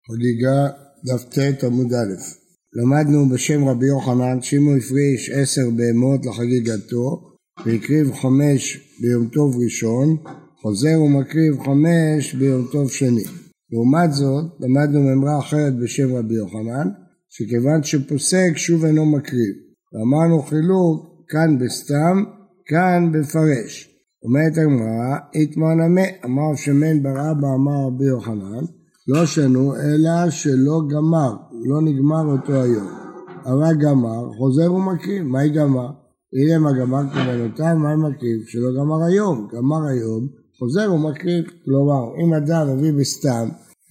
חגיגה דף ט עמוד א'. למדנו בשם רבי יוחנן שאם הוא הפריש 10 בהמות לחגיגתו והקריב 5 ביום טוב ראשון, חוזר ומקריב 5 ביום טוב שני. לעומת זאת למדנו מאמרה אחרת בשם רבי יוחנן שכיוון שפוסק שוב אינו מקריב, ואמרנו חילוק כאן בסתם כאן בפרש. אומרת הגמרא איתמר נמי, אמר שמן בר אבא אמר רבי יוחנן לא שנו אלא שלא גמר, לא נגמר אותו היום. אבל גמר, חוזר ומקריב. מהי גמר? הנה מה גמר כוונותיו, מה מקריב? שלא גמר היום. גמר היום, חוזר ומקריב. כלומר, אם אדם מביא בסתם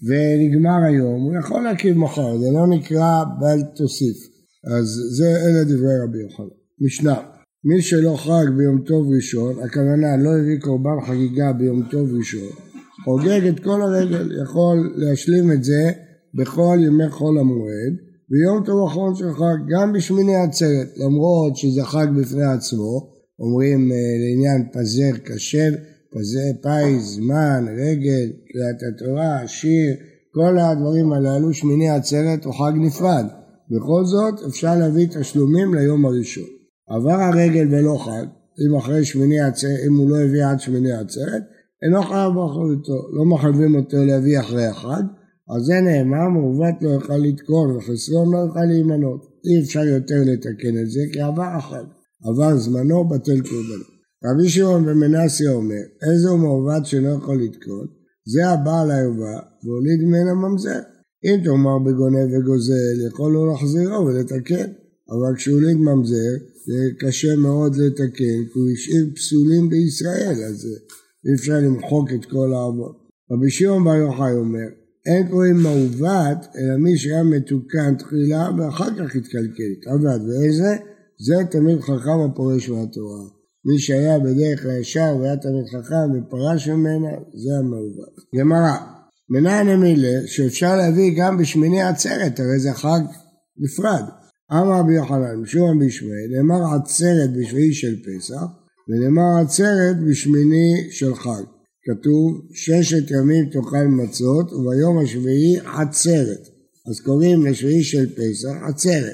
ונגמר היום, הוא יכול להקריב מחר, זה לא נקרא בל תוסיף. אז זה אלה דברי רבי יוחנן. משנה, מי שלא חג ביום טוב ראשון, הכוונה לא הביא קורבן חגיגה ביום טוב ראשון, חוגג את כל הרגל, יכול להשלים את זה בכל ימי חול המועד, ביום טוב אחרון של חג, גם בשמיני עצרת, למרות שזה חג בפני עצמו, אומרים לעניין פזר כשר, פזר פי, זמן, רגל, קריאת התורה, שיר, כל הדברים הללו, שמיני עצרת הוא חג נפרד. בכל זאת אפשר להביא תשלומים ליום הראשון. עבר הרגל ולא חג, אם אחרי שמיני עצרת, אם הוא לא הביא עד שמיני עצרת, אינו חייב באחריותו, לא מחייבים אותו להביא אחרי החג, אז זה נאמר, מעוות לא יוכל לתקון וחסרון לא יוכל להימנות. אי אפשר יותר לתקן את זה, כי עבר החג, עבר זמנו, בטל קורבנו. רבי שמעון בן מנסיה אומר, איזהו מעוות שלא יכול לתקון, זה הבעל הערווה, והוליד ממנה ממזר. אם תאמר בגונב וגוזל, יכול לו להחזירו ולתקן, אבל כשהוליד ממזר, זה קשה מאוד לתקן, כי הוא השאיר פסולים בישראל, אז אי אפשר למחוק את כל העבוד. רבי שמעון בר יוחאי אומר, אין קוראים מעוות, אלא מי שהיה מתוקן תחילה ואחר כך התקלקל. עבד ואיזה? זה תמיד חכם הפורש מהתורה. מי שהיה בדרך הישר והיה תמיד חכם ופרש ממנה, זה המעוות. גמרא, מנין המילה שאפשר להביא גם בשמיני עצרת, הרי זה חג נפרד. אמר רבי יוחנן, משום בישמעאל, נאמר עצרת בשביעי של פסח, ונאמר עצרת בשמיני של חג. כתוב 6 ימים תאכל מצות וביום השביעי עצרת. אז קוראים לשביעי של פסח עצרת.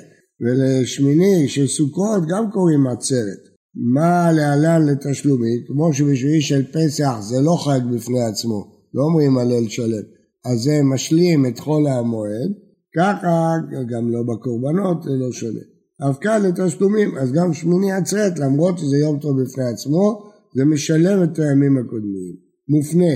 ולשמיני של סוכות גם קוראים עצרת. מה להלן לתשלומי? כמו שבשביעי של פסח זה לא חג בפני עצמו. לא אומרים הלל שלם. אז זה משלים את חול המועד. ככה גם לא בקורבנות זה לא שונה. אף כאן לתשלומים, אז גם שמיני עצרת, למרות שזה יום טוב בפני עצמו, זה משלם את הימים הקודמים. מופנה,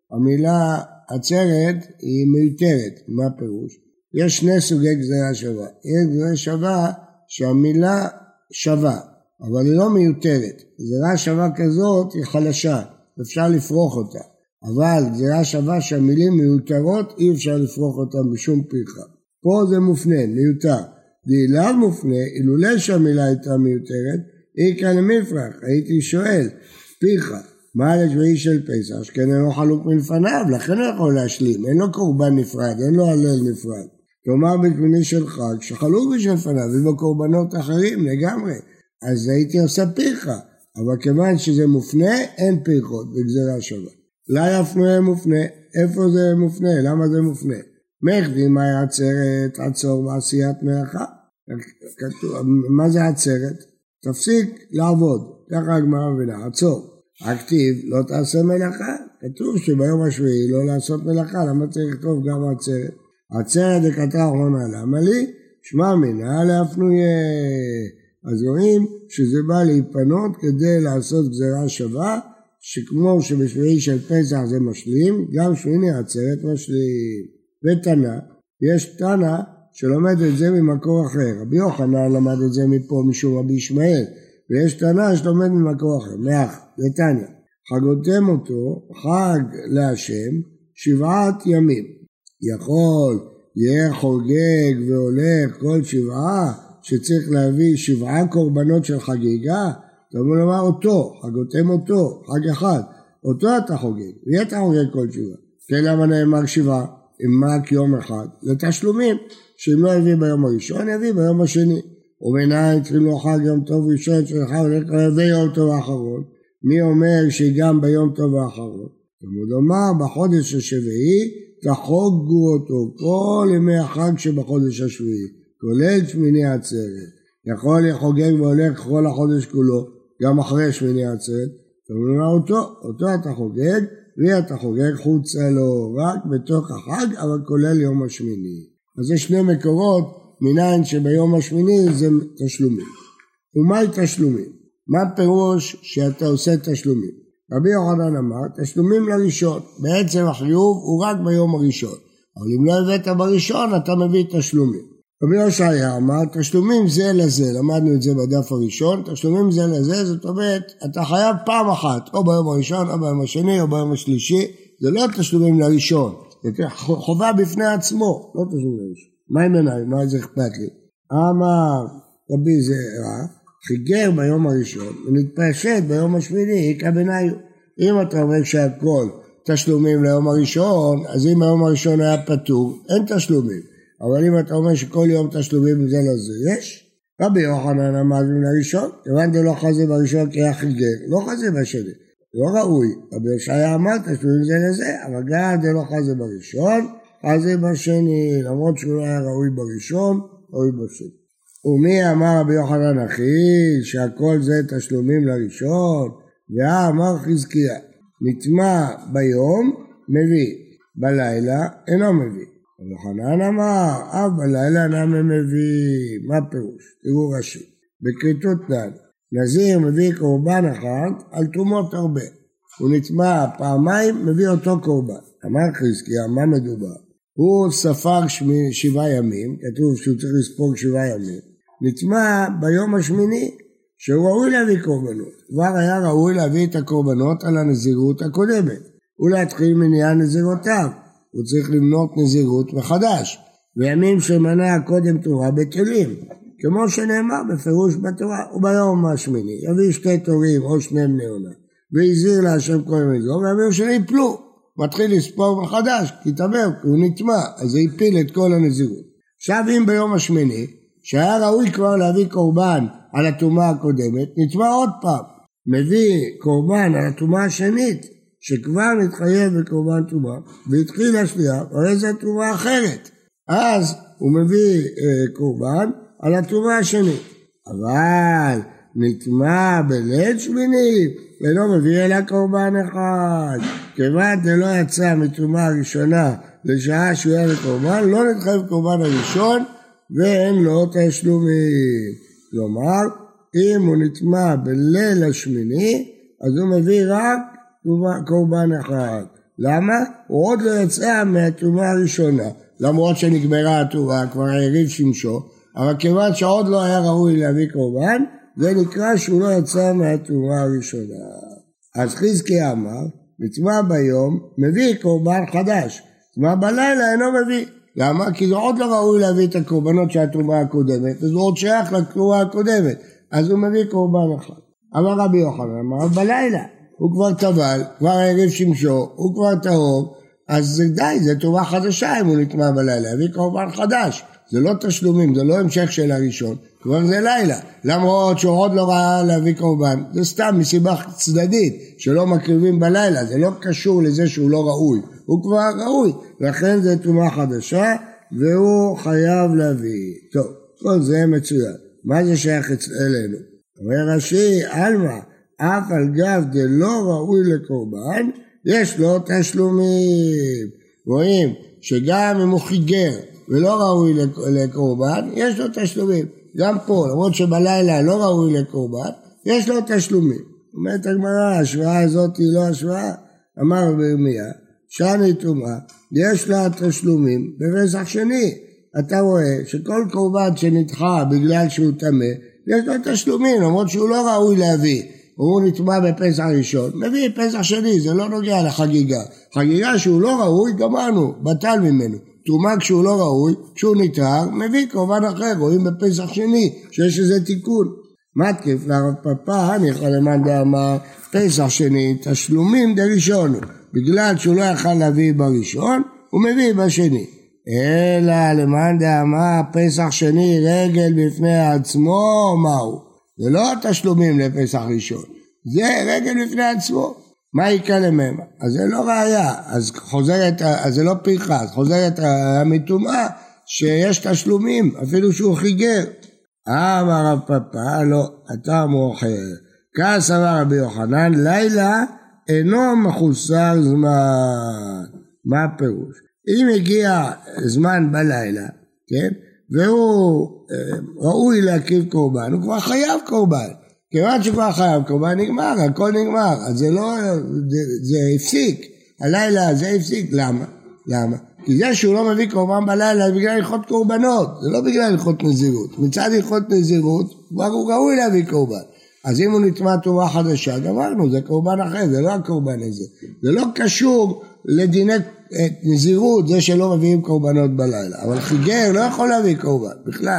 המילה עצרת היא מיותרת, מה פירוש? יש 2 סוגי גזירה שווה. יש גזירה שווה שהמילה שווה, אבל היא לא מיותרת. גזירה שווה כזאת היא חלשה, אפשר לפרוח אותה. אבל גזירה שווה שהמילים מיותרות, אי אפשר לפרוח אותה בשום פרחה. פה זה מופנה, מיותר. דאליו מופנה, אילולא שהמילה הייתה מיותרת, היא כאן מפרח, הייתי שואל, פיחה, מה לשביעי של פסח, שכן אינו חלוק מלפניו, לכן הוא יכול להשלים, אין לו קורבן נפרד, אין לו הלל נפרד. כלומר בשמיני של חג, שחלוק בשביל לפניו, ובקורבנות אחרים לגמרי, אז הייתי עושה פיחה, אבל כיוון שזה מופנה, אין פיחות בגזירה שווה. לא יפנה מופנה, איפה זה מופנה, למה זה מופנה? מחדים היה עצרת, עצור בעשיית מלאכה. מה זה עצרת? תפסיק לעבוד. ככה הגמרא מבינה, עצור. הכתיב לא תעשה מלאכה. כתוב שביום השביעי לא לעשות מלאכה, למה צריך לכתוב גם עצרת? עצרת דקתרא אחרונה, למה לי? שמע מינה להפנויה. אז רואים שזה בא להיפנות כדי לעשות גזירה שווה, שכמו שבשביעי של פסח זה משלים, גם שמיני עצרת משלים. ותנא, יש תנא שלומד את זה ממקור אחר. רבי יוחנן למד את זה מפה משום רבי ישמעאל, ויש תנא שלומד ממקור אחר. מאח, ותניא, חגותם אותו, חג להשם, 7 ימים. יכול, יהיה חוגג והולך כל 7, שצריך להביא 7 קורבנות של חגיגה, תאמרו לומר אותו, חגותם אותו, חג אחד, אותו אתה חוגג, ואתה חוגג כל 7. כן למה נאמר 7? אם רק יום אחד, לתשלומים, שאם לא יביא ביום הראשון, יביא ביום השני. ומנין צריכים לו חג יום טוב ראשון, שלך הולך להביא יום טוב האחרון. מי אומר שגם ביום טוב האחרון? תלמוד לומר, בחודש השביעי, תחוגו אותו כל ימי החג שבחודש השביעי, כולל שמיני עצרת. יכול לחוגג והולך כל החודש כולו, גם אחרי שמיני עצרת, אותו אתה חוגג, ואתה חוגג חוצה לו רק בתוך החג, אבל כולל יום השמיני. אז יש שני מקורות, מניין שביום השמיני זה תשלומים. ומהי תשלומים? מה פירוש שאתה עושה תשלומים? רבי יוחנן אמר, תשלומים לראשון, בעצם החיוב הוא רק ביום הראשון, אבל אם לא הבאת בראשון אתה מביא תשלומים. רבי יושעיה אמר, תשלומים זה לזה, למדנו את זה בדף הראשון, תשלומים זה לזה, זאת אומרת, אתה חייב פעם אחת, או ביום הראשון, או ביום השני, או ביום השלישי, זה לא תשלומים לראשון, זה חובה בפני עצמו, לא תשלומים לראשון. מה עם עיניי? מה זה אכפת לי? אמר רבי זעירא, חיגר ביום הראשון, ונתפשט ביום השמיני, איכא בניו. אם אתה אומר שהכל תשלומים ליום הראשון, אז אם היום הראשון היה פטור, אין תשלומים. אבל אם אתה אומר שכל יום תשלומים זה לא זה, יש. רבי יוחנן אמר מן הראשון, כיוון דלא חזה בראשון כי היה חיגר, לא חזה בשני, לא ראוי. רבי יושעיה אמר תשלומים זה לזה, אבל גם דלא חזה בראשון, חזה בשני, למרות שהוא לא היה ראוי בראשון, ראוי בשני. ומי אמר רבי יוחנן אחי, שהכל זה תשלומים לראשון, ואמר חזקיה, נטמע ביום, מביא, בלילה אינו מביא. רבי יוחנן אמר, אף בלילה נמי מביא, מה פירוש? תראו רש"י, בכריתות נן, נזיר מביא קורבן אחד על תרומות הרבה, הוא נטמע פעמיים, מביא אותו קורבן. אמר חזקיה, מה מדובר? הוא ספר 7 ימים, כתוב שהוא צריך לספוג 7 ימים, נטמע ביום השמיני, שהוא ראוי להביא קורבנות. כבר היה ראוי להביא את הקורבנות על הנזירות הקודמת, ולהתחיל מניין נזירותיו. הוא צריך למנות נזירות מחדש, וימים שמנה קודם תורה בטלים, כמו שנאמר בפירוש בתורה, וביום השמיני יביא 2 תורים או 2 בני עונה, והזהיר להשם כל מזור, והביאו שניפלו, מתחיל לספור מחדש, כי תבר, הוא נטמע, אז זה הפיל את כל הנזירות. עכשיו אם ביום השמיני, שהיה ראוי כבר להביא קורבן על התרומה הקודמת, נטמע עוד פעם, מביא קורבן על התרומה השנית, שכבר נתחייב בקורבן תרומה, והתחיל השנייה, הרי זו תרומה אחרת. אז הוא מביא קורבן על התרומה השנית. אבל נטמע בליל שמיני, ולא מביא אלא קורבן אחד. כיוון דלא יצא מתרומה הראשונה לשעה שהוא היה לקורבן, לא נתחייב קורבן הראשון, ואין לו תשלומים. כלומר, אם הוא נטמע בליל השמיני, אז הוא מביא רק קורבן אחד. למה? הוא עוד לא יצא מהתרומה הראשונה, למרות שנגמרה התרומה, כבר העריב שמשו, אבל כיוון שעוד לא היה ראוי להביא קורבן, זה נקרא שהוא לא יצא מהתרומה הראשונה. אז חזקיה אמר, נטמע ביום, מביא קורבן חדש, נטמע בלילה אינו מביא. למה? כי זה עוד לא ראוי להביא את הקורבנות של התרומה הקודמת, אז הוא עוד שייך לתרומה הקודמת, אז הוא מביא קורבן אחד. אמר רבי יוחנן, אמר בלילה, הוא כבר טבל, כבר העריב שמשו, הוא כבר טהור, אז זה די, זה תרומה חדשה אם הוא נטמע בלילה, הביא קורבן חדש, זה לא תשלומים, זה לא המשך של הראשון, כבר זה לילה, למרות שהוא עוד לא ראה להביא קורבן, זה סתם מסיבה צדדית, שלא מקריבים בלילה, זה לא קשור לזה שהוא לא ראוי, הוא כבר ראוי, לכן זה תרומה חדשה, והוא חייב להביא. טוב, כל זה מצוין, מה זה שייך אלינו? אומר רש"י, אלמה, אף על גב דלא ראוי לקורבן, יש לו תשלומים. רואים שגם אם הוא חיגר ולא ראוי לקורבן, יש לו תשלומים. גם פה, למרות שבלילה לא ראוי לקורבן, יש לו תשלומים. אומרת הגמרא, ההשוואה הזאת היא לא השוואה. אמר בירמיה, שאני תרומה, יש לה תשלומים בפסח שני. אתה רואה שכל קורבן שנדחה בגלל שהוא טמא, יש לו תשלומים, למרות שהוא לא ראוי להביא. הוא נטמע בפסח ראשון, מביא פסח שני, זה לא נוגע לחגיגה. חגיגה שהוא לא ראוי, גמרנו, בטל ממנו. תרומה כשהוא לא ראוי, כשהוא נטהר, מביא קורבן אחר, רואים בפסח שני, שיש איזה תיקון. מתקיף לרב פפא, ניחא למאן דאמר, פסח שני, תשלומים דראשון, בגלל שהוא לא יכל להביא בראשון, הוא מביא בשני. אלא למאן דאמר, פסח שני רגל בפני עצמו, מהו? זה לא תשלומים לפסח ראשון, זה רגל בפני עצמו. מה יקרה לממה? אז זה לא ראיה, אז זה לא פרחה, אז חוזרת המטומאה שיש תשלומים, אפילו שהוא חיגר. אמר רב פפא, לא, אתה אמרו אחר. כעס אמר רבי יוחנן, לילה אינו מחוסר זמן. מה הפירוש? אם הגיע זמן בלילה, כן? והוא ראוי להקריב קורבן, הוא כבר חייב קורבן. כיוון שכבר חייב קורבן נגמר, הכל נגמר, אז זה לא, זה הפסיק, הלילה זה הפסיק, למה? למה? כי זה שהוא לא מביא קורבן בלילה, זה בגלל הלכות קורבנות, זה לא בגלל הלכות נזירות, מצד הלכות נזירות, כבר הוא ראוי להביא קורבן, אז אם הוא נטמא טומאה חדשה, גמרנו, זה קורבן אחר, זה לא הקורבן הזה, זה לא קשור לדיני נזירות, זה שלא מביאים קורבנות בלילה, אבל חיגר לא יכול להביא קורבן, בכלל.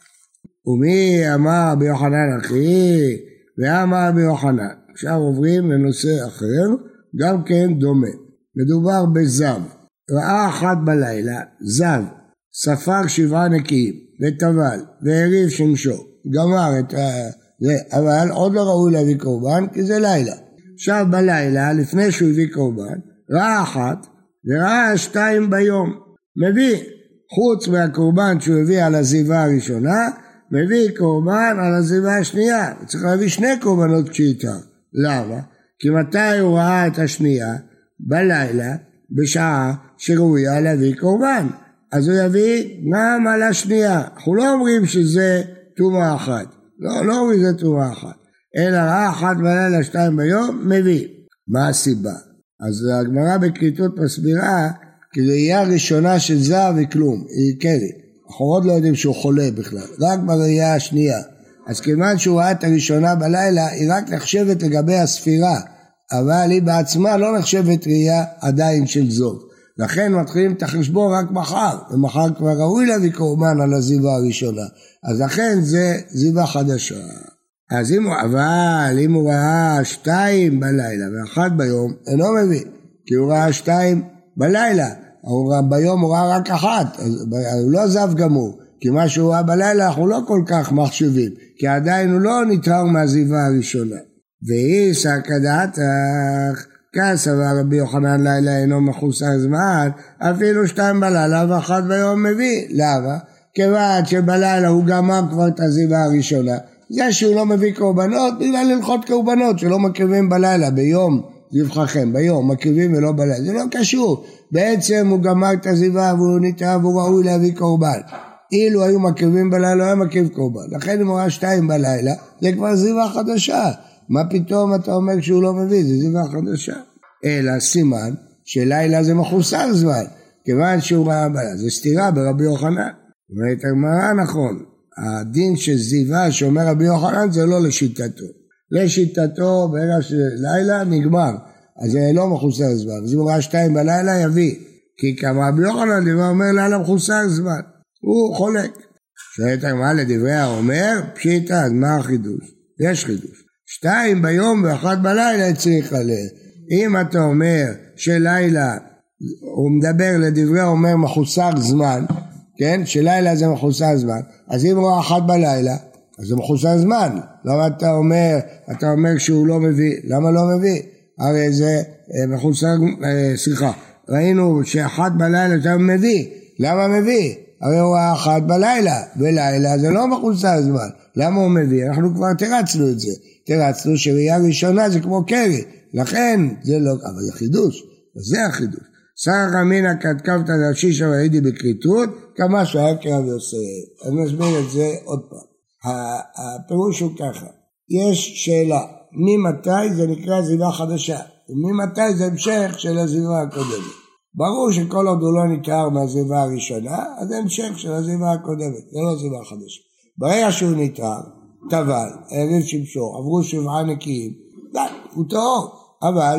ומי אמר רבי יוחנן אחי, ואמר רבי יוחנן. עכשיו עוברים לנושא אחר, גם כן דומה. מדובר בזב. ראה אחת בלילה, זב, ספר 7 נקיים, וטבל, והריב שמשו. גמר את זה, אבל עוד לא ראוי להביא קורבן, כי זה לילה. עכשיו בלילה, לפני שהוא הביא קורבן, ראה אחת, וראה 2 ביום. מביא, חוץ מהקורבן שהוא הביא על הזיבה הראשונה, מביא קורבן על הזיבה השנייה, צריך להביא 2 קורבנות כשאיתה. למה? כי מתי הוא ראה את השנייה? בלילה, בשעה שראויה להביא קורבן. אז הוא יביא גם על השנייה. אנחנו לא אומרים שזה טומאה אחת. לא אומרים שזה טומאה אחת. אלא ראה אחת בלילה 2 ביום, מביא. מה הסיבה? אז הגמרא בכריתות מסבירה, כי זה יהיה הראשונה של זב וכלום, היא קרי. אנחנו עוד לא יודעים שהוא חולה בכלל, רק בראייה השנייה. אז כיוון שהוא ראה את הראשונה בלילה, היא רק נחשבת לגבי הספירה, אבל היא בעצמה לא נחשבת ראייה עדיין של זוב. לכן מתחילים את החשבון רק מחר, ומחר כבר ראוי להביא קורבן על הזיבה הראשונה. אז לכן זה זיבה חדשה. אז אם הוא ראה 2 בלילה ו1 ביום, אינו מביא, כי הוא ראה 2 בלילה. ביום הוא ראה רק 1, הוא לא זב גמור, כי מה שהוא ראה בלילה אנחנו לא כל כך מחשבים, כי עדיין הוא לא נטהר מהזיבה הראשונה. והיא סקא דעתך, כעס אמר רבי יוחנן לילה אינו מחוסר זמן, אפילו 2 בלילה ו1 ביום מביא. למה? כיוון שבלילה הוא גמר כבר את הזיבה הראשונה, זה שהוא לא מביא קורבנות, בגלל הלכות קורבנות שלא מקריבים בלילה, ביום זבחכם, ביום מקריבים ולא בלילה, זה לא קשור. בעצם הוא גמר את הזיבה והוא נטהר והוא ראוי להביא קורבן. אילו היו מקריבים בלילה, לא היה מקריב קורבן. לכן אם הוא ראה 2 בלילה, זה כבר זיבה חדשה. מה פתאום אתה אומר שהוא לא מביא? זה זיבה חדשה. אלא סימן שלילה זה מחוסר זמן. כיוון שהוא ראה בלילה, זה סתירה ברבי יוחנן. אומרת הגמרא נכון. הדין של זיבה שאומר רבי יוחנן זה לא לשיטתו. לשיטתו ברגע שלילה נגמר. אז זה לא מחוסר זמן. אז אם הוא ראה 2 בלילה יביא. כי כמה רבי יוחנן דבר אומר לילה מחוסר זמן. הוא חולק. שואלת הגמרא לדברי האומר, פשיטא, אז מה החידוש? יש חידוש. 2 ביום ו1 בלילה צריך עליה. אם אתה אומר שלילה, הוא מדבר לדברי האומר מחוסר זמן, כן? שלילה זה מחוסר זמן. אז אם הוא ראה 1 בלילה, אז זה מחוסר זמן. למה אתה אומר שהוא לא מביא? למה לא מביא? הרי זה מחוסר, סליחה. ראינו ש1 בלילה אתה מביא. למה מביא? הרי הוא ראה 1 בלילה. בלילה זה לא מחוסר זמן. למה הוא מביא? אנחנו כבר תרצנו את זה. תרצנו שראייה ראשונה זה כמו קרי. לכן זה לא, אבל זה חידוש. זה החידוש. שר אמינא כתקבת נשיש וראיתי בכריתות, כמה שהיה קרב יוסף. אני מסביר את זה עוד פעם. הפירוש הוא ככה. יש שאלה, ממתי זה נקרא זיבה חדשה? וממתי זה המשך של הזיבה הקודמת? ברור שכל עוד הוא לא נטהר מהזיבה הראשונה, אז זה המשך של הזיבה הקודמת, זה לא זיבה חדשה. ברגע שהוא נטהר, טבל, העריב שמשו, עברו 7 נקיים, די, הוא טהור, אבל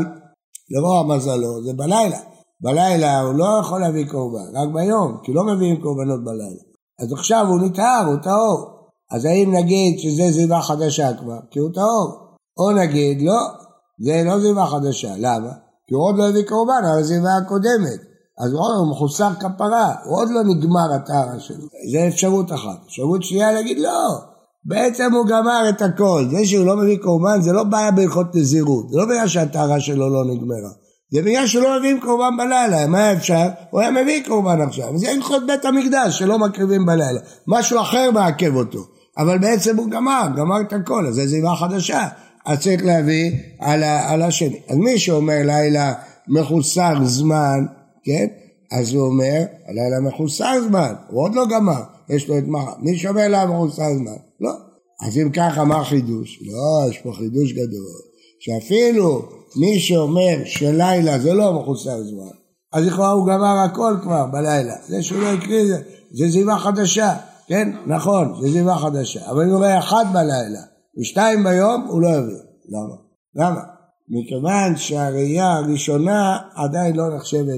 לרוע מזלו זה בלילה. בלילה הוא לא יכול להביא קורבן, רק ביום, כי לא מביאים קורבנות בלילה. אז עכשיו הוא נטהר, הוא טהור. אז האם נגיד שזה זיבה חדשה כבר, כי הוא טהור, או נגיד לא, זה לא זיבה חדשה, למה? כי הוא עוד לא הביא קורבן על הזיבה הקודמת, אז הוא מחוסר כפרה, הוא עוד לא נגמר הטהרה שלו. זה אפשרות אחת. אפשרות שנייה להגיד לא, בעצם הוא גמר את הכל. זה שהוא לא מביא קורבן זה לא בעיה בהלכות נזירות, זה לא בגלל שהטהרה שלו לא נגמרה, זה בגלל שהוא לא מביא קורבן בלילה. מה אפשר? הוא היה מביא קורבן עכשיו, זה הלכות בית המקדש שלא מקריבים בלילה, משהו אחר מעכב אותו, אבל בעצם הוא גמר את הכל, אז זה זיווה חדשה, אז צריך להביא על השני. אז מי שאומר לילה מחוסר זמן, כן? אז הוא אומר, הלילה מחוסר זמן, הוא עוד לא גמר, יש לו את מחר. מי שאומר לילה מחוסר זמן? לא. אז אם ככה, מה חידוש? לא, יש פה חידוש גדול, שאפילו מי שאומר שלילה זה לא מחוסר זמן, אז לכאורה הוא גמר הכל כבר בלילה, זה שהוא לא יקריא זה זיווה חדשה, כן? נכון, זה זיווה חדשה, אבל אם הוא רואה 1 בלילה ו2 ביום, הוא לא יביא. למה? מכיוון שהראייה הראשונה עדיין לא נחשבת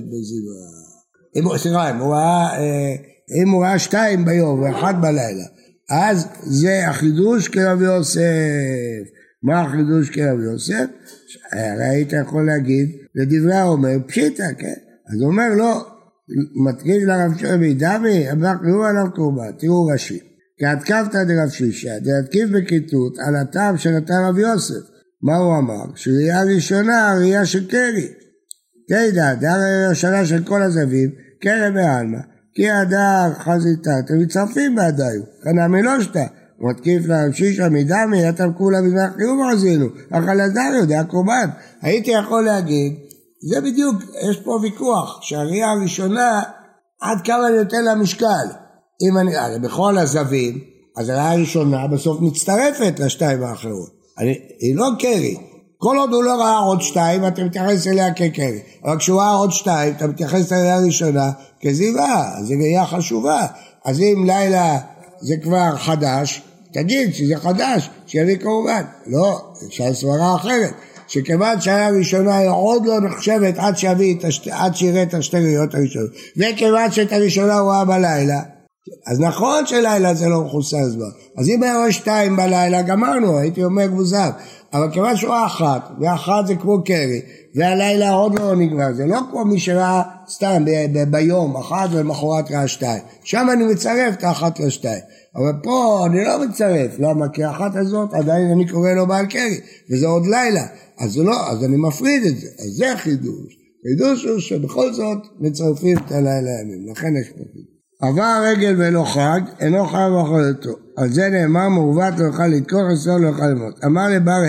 בזיווה. אם הוא ראה 2 ביום ו1 בלילה, אז זה החידוש כרבי יוסף. מה החידוש כרבי יוסף? הרי היית יכול להגיד, לדברי האומר, פשיטה, כן? אז הוא אומר, לא, מתקיף לרב שרבי דמי, אמרו עליו קורבן, תראו רש"י. כי התקפת דרב שלישה, דתקיף בכיתות על הטעם שנתן רב יוסף. מה הוא אמר? שראייה ראשונה, ראייה של קרי. תדע, דרך ראשונה של כל הזווים, קרי בעלמא. כי הדר חזיתה, אתם מצטרפים בעדיו, כנע מלושתה. הוא מתקיף לרב שישה מדמי, אתם כולה מזמח חיוב עשינו, אבל הדר יודע קורבן. הייתי יכול להגיד, זה בדיוק, יש פה ויכוח, שהראייה הראשונה, עד כמה אני נותן לה משקל. אם אני, בכל הזווים, אז הראייה הראשונה בסוף מצטרפת לשתיים האחרות. היא לא קרי. כל עוד הוא לא ראה עוד 2, אתה מתייחס אליה כקרי. אבל כשהוא ראה עוד 2, אתה מתייחס אליה הראשונה כזיווה. אז זו ראייה חשובה. אז אם לילה זה כבר חדש, תגיד שזה חדש, שיביא קורבן. לא, אפשר סברה אחרת. שכיוון שהראייה הראשונה היא עוד לא נחשבת עד שיראה את השתי ראיות הראשונות. וכיוון שאת הראשונה הוא ראה בלילה, אז נכון שלילה זה לא מחוסר זמן. אז אם היה 2 בלילה, גמרנו, הייתי אומר גבוזב. אבל כיוון שהוא 1, ו1 זה כמו קרי, והלילה עוד לא נגמר, זה לא כמו מי שראה סתם ביום 1 ולמחרת ראה 2. שם אני מצרף את 1 ל-2. אבל פה אני לא מצרף, למה? כי 1 הזאת עדיין אני קורא לו בעל קרי, וזה עוד לילה. אז לא, אז אני מפריד את זה. אז זה חידוש. חידוש הוא שבכל זאת מצרפים את הלילה הימים. לכן יש פה חידוש. עבר רגל ולא חג, אינו חייב אכולתו. על זה נאמר, מעוות לא יוכל לתקור, חסר לא יוכל למות. אמר לבר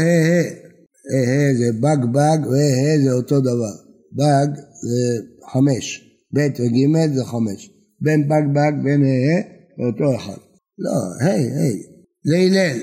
זה בג, זה אותו דבר. בג זה 5, ב' וג' זה 5. בין בג, בין זה אותו אחד. לא, להילל.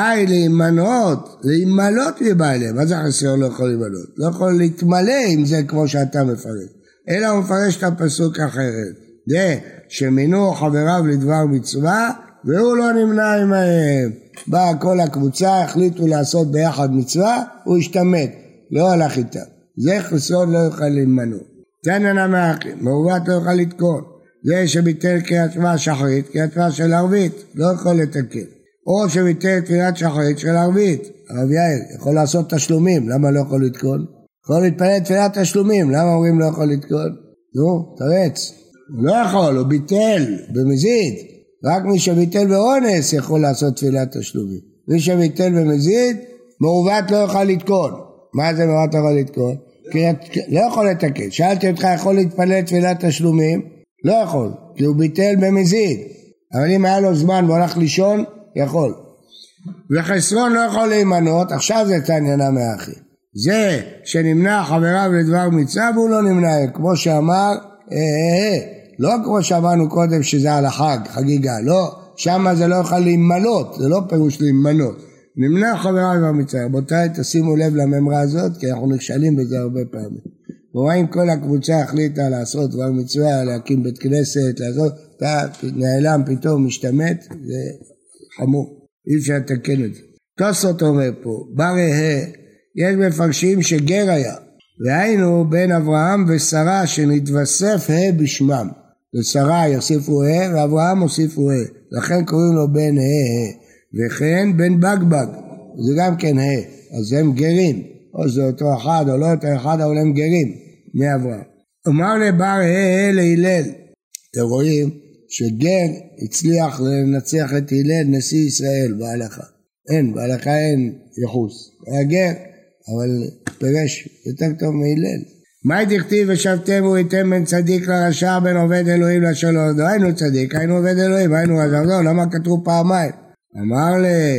להימלות מבעלה. מה זה חסר לא יכול להימלות? לא יכול להתמלא עם זה כמו שאתה מפרש. אלא הוא מפרש את הפסוק אחרת. זה שמינו חבריו לדבר מצווה והוא לא נמנע עמהם. באה כל הקבוצה, החליטו לעשות ביחד מצווה, הוא השתמט, לא הלך איתם. זה חסרון לא יוכל להימנע. תננה מאחים, מעוות לא יוכל לתקון. זה שביטל קריאת שמע שחרית, קריאת שמע של ערבית, לא יכול לתקן. או שביטל קריאת שחרית של ערבית, הרב יאיר, יכול לעשות תשלומים, למה לא יכול לתקון? יכול להתפלל תפילת תשלומים, למה אומרים לא יכול לתקון? נו, תרץ. הוא לא יכול, הוא ביטל במזיד. רק מי שביטל באונס יכול לעשות תפילת תשלומים. מי שביטל במזיד, מעוות לא יכול לתקון. מה זה מעוות לא יכול לתקון? לא יכול לתקן. שאלתי אותך, יכול להתפלל תפילת תשלומים? לא יכול, כי הוא ביטל במזיד. אבל אם היה לו זמן והוא הלך לישון, יכול. וחסרון לא יכול להימנות, עכשיו זה תעניינה מאחי. זה שנמנע חבריו לדבר מצווה, והוא לא נמנע, כמו שאמר, לא כמו שאמרנו קודם שזה על החג, חגיגה, לא, שם זה לא יכול להימנות, זה לא פירוש להימנות. נמנע חבריו לדבר מצווה, רבותיי תשימו לב לממרה הזאת, כי אנחנו נכשלים בזה הרבה פעמים. ורואים כל הקבוצה החליטה לעשות דבר מצווה, להקים בית כנסת, לעשות, אתה נעלם פתאום משתמט, זה חמור, אי אפשר לתקן את זה. תוספות אומר פה, יש מפרשים שגר היה, והיינו בין אברהם ושרה שנתווסף בשמם. לשרה יוסיפו ואברהם הוסיפו לכן קוראים לו בן וכן בן בג, זה גם כן אז הם גרים, או זה אותו אחד או לא אותו אחד, אבל הם גרים מאברהם. אמר לבר להילל, אתם רואים שגר הצליח לנצח את הלל נשיא ישראל בהלכה. בהלכה אין יחוס. היה גר, אבל פירש יותר טוב מהלל. מה דכתיב ושבתם וראיתם בין צדיק לרשע, בין עובד אלוהים לשלום? לא היינו צדיק, היינו עובד אלוהים, היינו רשע. לא, למה כתוב פעמיים? אמר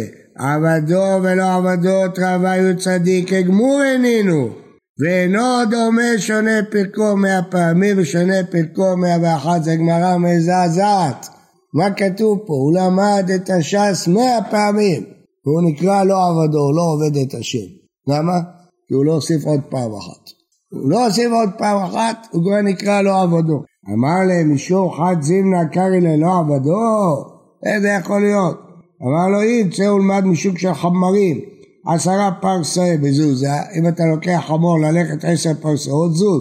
עבדו ולא עבדות רבה היו צדיק, כגמור עינינו, ואינו דומה שונה פרקו 100 פעמים ושונה פרקו 101. זה גמרא מזעזעת. מה כתוב פה? הוא למד את הש"ס 100 פעמים, והוא נקרא לא עבדו, הוא לא עובד את השם. למה? כי הוא לא הוסיף עוד פעם אחת. הוא לא הוסיף עוד פעם אחת, הוא כבר נקרא לא עבדו. אמר להם משום חד זימנה קרי ללא עבדו, איזה יכול להיות? אמר לו אם צא ולמד משוק של חמרים 10 פרסה בזוזה, אם אתה לוקח חמור ללכת 10 פרסאות זוז,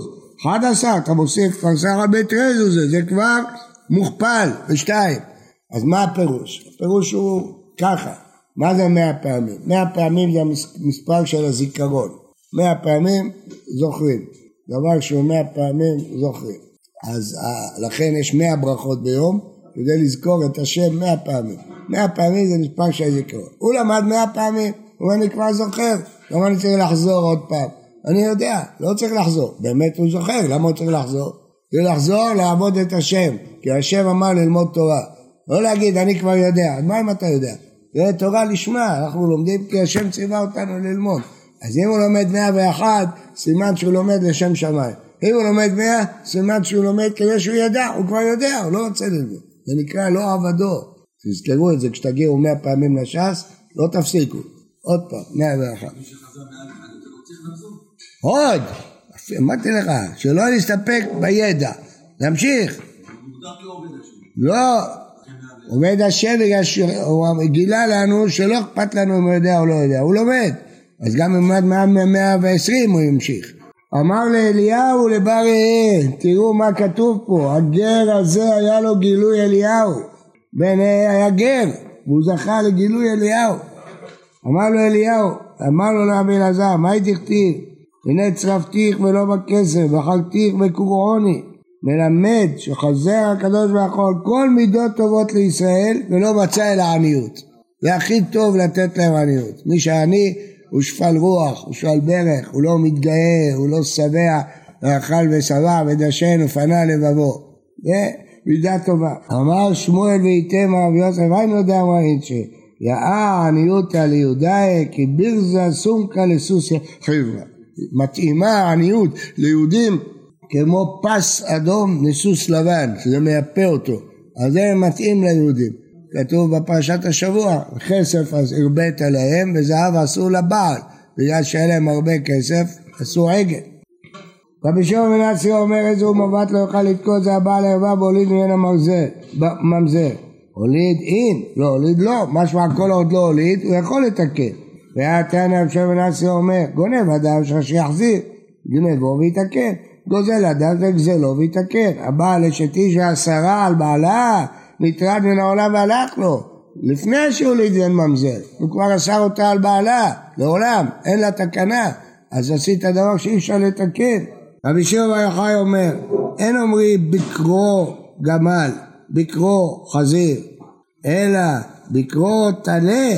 11 אתה מוסיף פרסה רבי תרי זוזה, זה כבר מוכפל בשתיים. אז מה הפירוש? הפירוש הוא ככה, מה זה 100 פעמים? 100 פעמים זה המספר של הזיכרון, 100 פעמים זוכרים, דבר שהוא 100 פעמים זוכרים. אז לכן יש 100 ברכות ביום, כדי לזכור את השם 100 פעמים. 100 פעמים זה מספר של זיכרון. הוא למד 100 פעמים, ואני כבר זוכר. למה אני צריך לחזור עוד פעם? אני יודע, לא צריך לחזור. באמת הוא זוכר, למה הוא צריך לחזור? צריך לחזור לעבוד את השם, כי השם אמר ללמוד תורה. לא להגיד, אני כבר יודע. אז מה אם אתה יודע? זה תורה לשמה, אנחנו לומדים כי השם ציווה אותנו ללמוד. אז אם הוא לומד 101, סימן שהוא לומד לשם שמיים. אם הוא לומד 100, סימן שהוא לומד כדי שהוא ידע, הוא כבר יודע, הוא לא רוצה ללמוד. זה נקרא לא עבדו. תזכרו את זה, כשתגיעו 100 פעמים לש"ס, לא תפסיקו. עוד פעם, 101. מי שחזר 101, אתה לא צריך לחזור? עוד! אמרתי לך, שלא נסתפק בידע. נמשיך. הוא מוגדר כעובד השם. לא. עובד השם בגלל שהוא גילה לנו שלא אכפת לנו אם הוא יודע או לא יודע. הוא לומד. אז גם אם הוא למד 120 הוא ימשיך. אמר לאליהו לברי, תראו מה כתוב פה, הגר הזה היה לו גילוי אליהו, בן היה גר, והוא זכה לגילוי אליהו. אמר לו אליהו, אמר לו לרבי אלעזר, מה תכתיב? הנה צרפתיך ולא בכסף, וחלתיך בקורעוני, מלמד שחזר הקדוש ברוך הוא כל מידות טובות לישראל, ולא מצא אל העניות. זה הכי טוב לתת להם עניות. מי שעני הוא שפל רוח, הוא שפל ברך, הוא לא מתגאה, הוא לא שבע, ואכל ושבע ודשן ופנה לבבו. זה מידה טובה. אמר שמואל ויתם רבי יוסף, אני יודע מה אינצ'ה, יאה עניותא ליהודאי, כי בירזה סומקה לסוסיה חברה. מתאימה עניות ליהודים כמו פס אדום לסוס לבן, שזה מייפה אותו. אז זה מתאים ליהודים. כתוב בפרשת השבוע, כסף אז הרבית להם וזהב עשו לבעל, בגלל שהיה להם הרבה כסף, עשו עגל. רבי שמעון בן עזרא אומר איזה מבט לא יוכל לתקוע, זה הבעל הערווה והוליד ממנה ממזר. הוליד אין, לא הוליד לא, משמע כל עוד לא הוליד, הוא יכול לתקן. והתנא רבי שמעון בן עזרא אומר, גונב אדם שיחזיר, גנבו ויתקן. גוזל אדם וגזלו ויתקן. הבעל אשת איש והשרה על בעלה, נטרד מן העולם והלך לו, לפני שהוליד אין ממזר, הוא כבר אסר אותה על בעלה, לעולם, אין לה תקנה, אז עשית דבר שאי אפשר לתקן. רבי שמעון בר יוחאי אומר, אין אומרים בקרו גמל, בקרו חזיר, אלא בקרו טלה.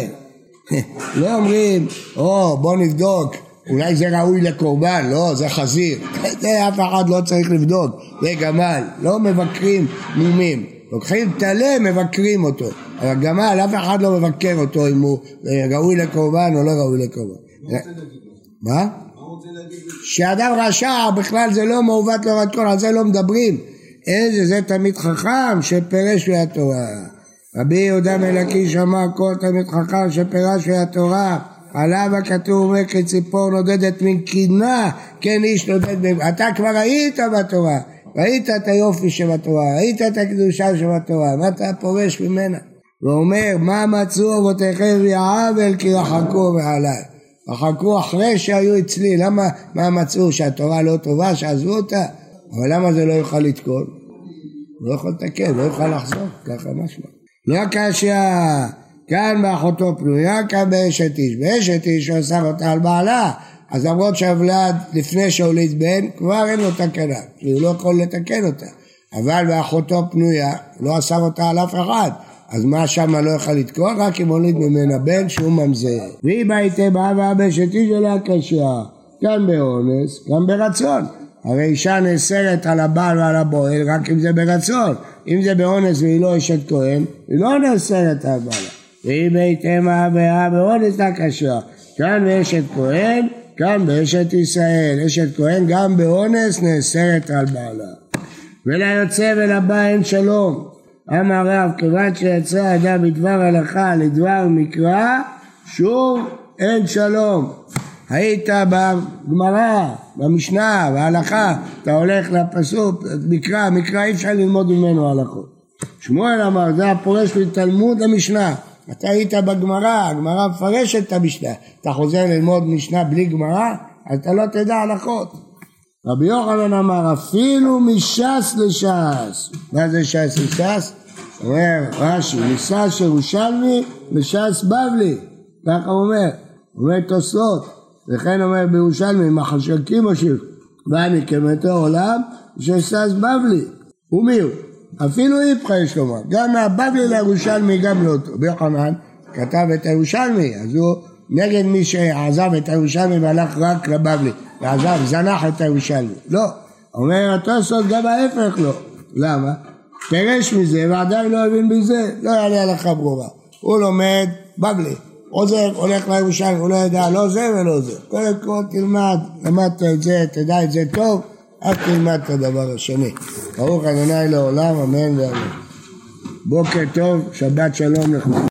לא אומרים, בוא נבדוק, אולי זה ראוי לקורבן, לא, זה חזיר, זה אף אחד לא צריך לבדוק, זה גמל, לא מבקרים מומים. לוקחים תלה, מבקרים אותו. אבל גמל, אף אחד לא מבקר אותו אם הוא ראוי לקורבן או לא ראוי לקורבן. מה? שאדם רשע בכלל זה לא מעוות לרעת כל, על זה לא מדברים. זה תלמיד חכם שפרש מהתורה. רבי יהודה מלקיש אמר כל תלמיד חכם שפרש מהתורה, עליו הכתוב כציפור נודדת מן קינה, כן איש נודד מן... אתה כבר היית בתורה. ראית את היופי שבתורה, ראית את הקדושה שבתורה, מה אתה פורש ממנה? ואומר, מה מצאו אבותיכם ועוול כי רחקו מעליי. רחקו אחרי שהיו אצלי, למה, מה מצאו? שהתורה לא טובה, שעזבו אותה? אבל למה זה לא יוכל לתקון? לא יכול לתקן, לא יוכל לחזור, ככה משמע. לא קשה, כאן באחותו פנויה, כאן באשת איש. באשת איש הוא אסר אותה על בעלה. אז למרות שהוולד לפני שהוליד בן, כבר אין לו תקנה, כי הוא לא יכול לתקן אותה. אבל באחותו פנויה, לא אסר אותה על אף אחד, אז מה שמה לא יכול לתקוע? רק אם הוליד ממנה בן שהוא ממזר. והיא בהייתה באה והבשתי שלה קשה, גם באונס, גם ברצון. הרי אישה נאסרת על הבעל ועל הבועל רק אם זה ברצון. אם זה באונס והיא לא אשת כהן, היא לא נאסרת על בעלה. והיא בהייתה באה באונס לה קשה, כאן באשת כהן, כאן באשת ישראל. אשת כהן גם באונס נאסרת על בעלה. וליוצא ולבא אין שלום. אמר רב, כיוון שיצא אדם בדבר הלכה לדבר מקרא, שוב אין שלום. היית בגמרא, במשנה, בהלכה, אתה הולך לפסוק, מקרא אי אפשר ללמוד ממנו הלכות. שמואל אמר, זה הפורש מתלמוד למשנה. אתה היית בגמרא, הגמרא מפרשת את המשנה. אתה חוזר ללמוד משנה בלי גמרא, אז אתה לא תדע הלכות. רבי יוחנן אמר, אפילו מש"ס לש"ס. מה זה ש"ס לש"ס? אומר רש"י, מש"ס ירושלמי לש"ס בבלי. ככה הוא אומר תוספות. וכן אומר בירושלמי, מחשקים מושיב, ואני כמתו עולם, שש"ס בבלי. ומי הוא? אפילו איפכא יש לומר. גם מהבבלי לירושלמי גם לא טוב. רבי יוחנן כתב את הירושלמי, אז הוא נגד מי שעזב את הירושלמי והלך רק לבבלי. ועזב, זנח את הירושלמי. לא. אומר התוספות גם ההפך לא. למה? פרש מזה ועדיין לא הבין בזה, לא יעלה הלכה ברורה. הוא לומד בבלי. עוזר, הולך לירושלים, הוא לא ידע לא זה ולא זה. קודם כל תלמד, למדת את זה, תדע את זה טוב, אז תלמד את הדבר השני. ברוך ה' לעולם, אמן ואמן. בוקר טוב, שבת שלום לכם.